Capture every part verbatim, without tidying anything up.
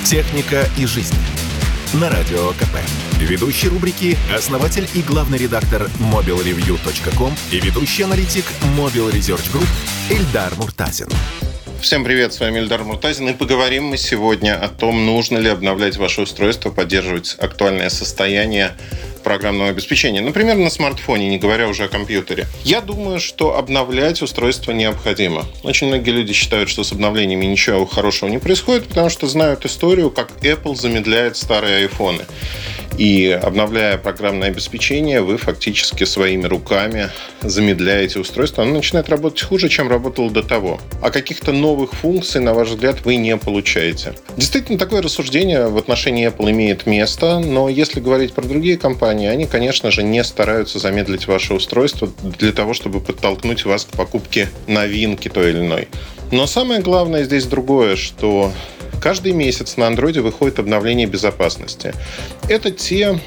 Техника и жизнь. На Радио КП. Ведущий рубрики — основатель и главный редактор мобил ревью точка ком и ведущий аналитик Mobile Research Group Эльдар Муртазин. Всем привет, с вами Эльдар Муртазин, и поговорим мы сегодня о том, нужно ли обновлять ваше устройство, поддерживать актуальное состояние программного обеспечения, например, на смартфоне, не говоря уже о компьютере. Я думаю, что обновлять устройство необходимо. Очень многие люди считают, что с обновлениями ничего хорошего не происходит, потому что знают историю, как Apple замедляет старые айфоны. И обновляя программное обеспечение, вы фактически своими руками замедляете устройство. Оно начинает работать хуже, чем работало до того. А каких-то новых функций, на ваш взгляд, вы не получаете. Действительно, такое рассуждение в отношении Apple имеет место, но если говорить про другие компании, они, конечно же, не стараются замедлить ваше устройство для того, чтобы подтолкнуть вас к покупке новинки той или иной. Но самое главное здесь другое, что каждый месяц на Android выходит обновление безопасности. Это те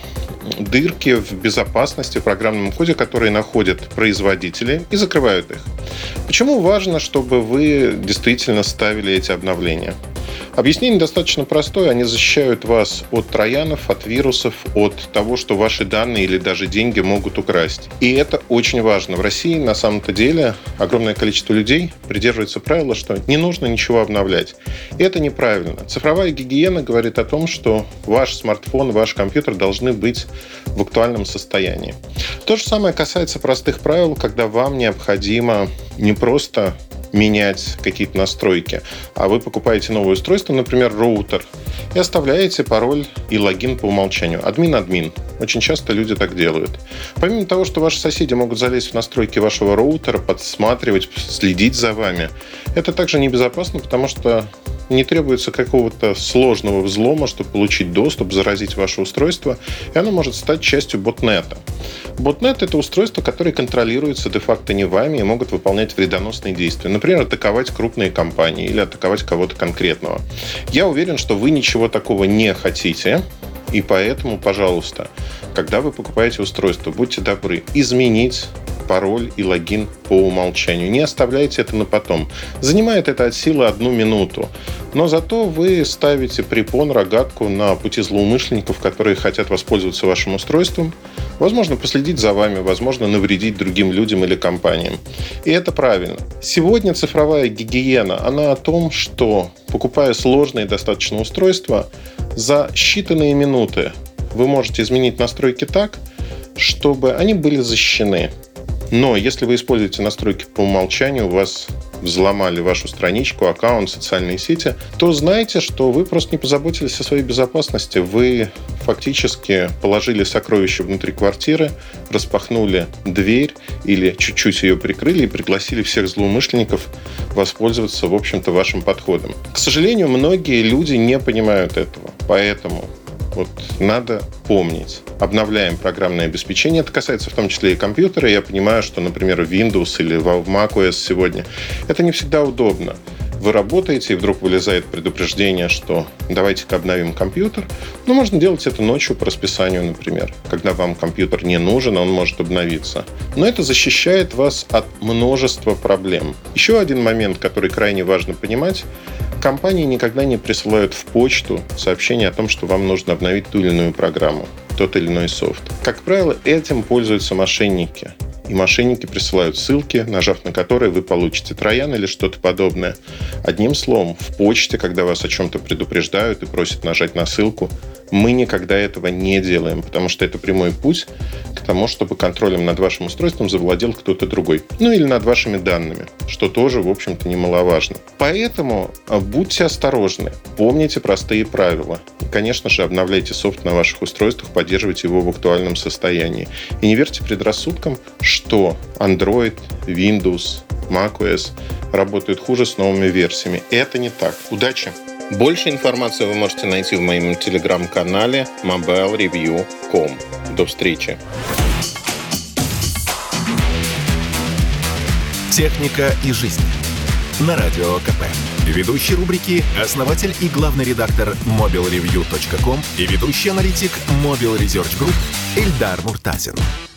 дырки в безопасности в программном коде, которые находят производители и закрывают их. Почему важно, чтобы вы действительно ставили эти обновления? Объяснение достаточно простое. Они защищают вас от троянов, от вирусов, от того, что ваши данные или даже деньги могут украсть. И это очень важно. В России на самом-то деле огромное количество людей придерживается правила, что не нужно ничего обновлять. И это неправильно. Цифровая гигиена говорит о том, что ваш смартфон, ваш компьютер должны быть в актуальном состоянии. То же самое касается простых правил, когда вам необходимо не просто менять какие-то настройки, а вы покупаете новое устройство, например, роутер, и оставляете пароль и логин по умолчанию. Админ-админ. Очень часто люди так делают. Помимо того, что ваши соседи могут залезть в настройки вашего роутера, подсматривать, следить за вами, это также небезопасно, потому что не требуется какого-то сложного взлома, чтобы получить доступ, заразить ваше устройство, и оно может стать частью ботнета. Ботнет — это устройство, которое контролируется де-факто не вами и могут выполнять вредоносные действия. Например, атаковать крупные компании или атаковать кого-то конкретного. Я уверен, что вы ничего такого не хотите, и поэтому, пожалуйста, когда вы покупаете устройство, будьте добры изменить пароль и логин по умолчанию. Не оставляйте это на потом. Занимает это от силы одну минуту. Но зато вы ставите препон, рогатку на пути злоумышленников, которые хотят воспользоваться вашим устройством, возможно, последить за вами, возможно, навредить другим людям или компаниям. И это правильно. Сегодня цифровая гигиена, она о том, что, покупая сложные достаточно устройства, за считанные минуты вы можете изменить настройки так, чтобы они были защищены. Но если вы используете настройки по умолчанию, у вас взломали вашу страничку, аккаунт, социальные сети, то знайте, что вы просто не позаботились о своей безопасности. Вы фактически положили сокровища внутри квартиры, распахнули дверь или чуть-чуть ее прикрыли и пригласили всех злоумышленников воспользоваться, в общем-то, вашим подходом. К сожалению, многие люди не понимают этого, поэтому вот надо помнить. Обновляем программное обеспечение. Это касается в том числе и компьютера. Я понимаю, что, например, в Windows или в macOS сегодня это не всегда удобно. Вы работаете, и вдруг вылезает предупреждение, что давайте-ка обновим компьютер. Но можно делать это ночью по расписанию, например. Когда вам компьютер не нужен, он может обновиться. Но это защищает вас от множества проблем. Еще один момент, который крайне важно понимать. Компании никогда не присылают в почту сообщение о том, что вам нужно обновить ту или иную программу, тот или иной софт. Как правило, этим пользуются мошенники. И мошенники присылают ссылки, нажав на которые вы получите троян или что-то подобное. Одним словом, в почте, когда вас о чем-то предупреждают и просят нажать на ссылку, мы никогда этого не делаем, потому что это прямой путь к тому, чтобы контролем над вашим устройством завладел кто-то другой. Ну или над вашими данными, что тоже, в общем-то, немаловажно. Поэтому будьте осторожны, помните простые правила. И, конечно же, обновляйте софт на ваших устройствах, поддерживайте его в актуальном состоянии. И не верьте предрассудкам, что Android, Windows, macOS работают хуже с новыми версиями. Это не так. Удачи! Больше информации вы можете найти в моем телеграм-канале мобил ревью точка ком. До встречи! Техника и жизнь. На Радио КП. Ведущий рубрики — основатель и главный редактор мобил ревью точка ком и ведущий аналитик Mobile Research Group Эльдар Муртазин.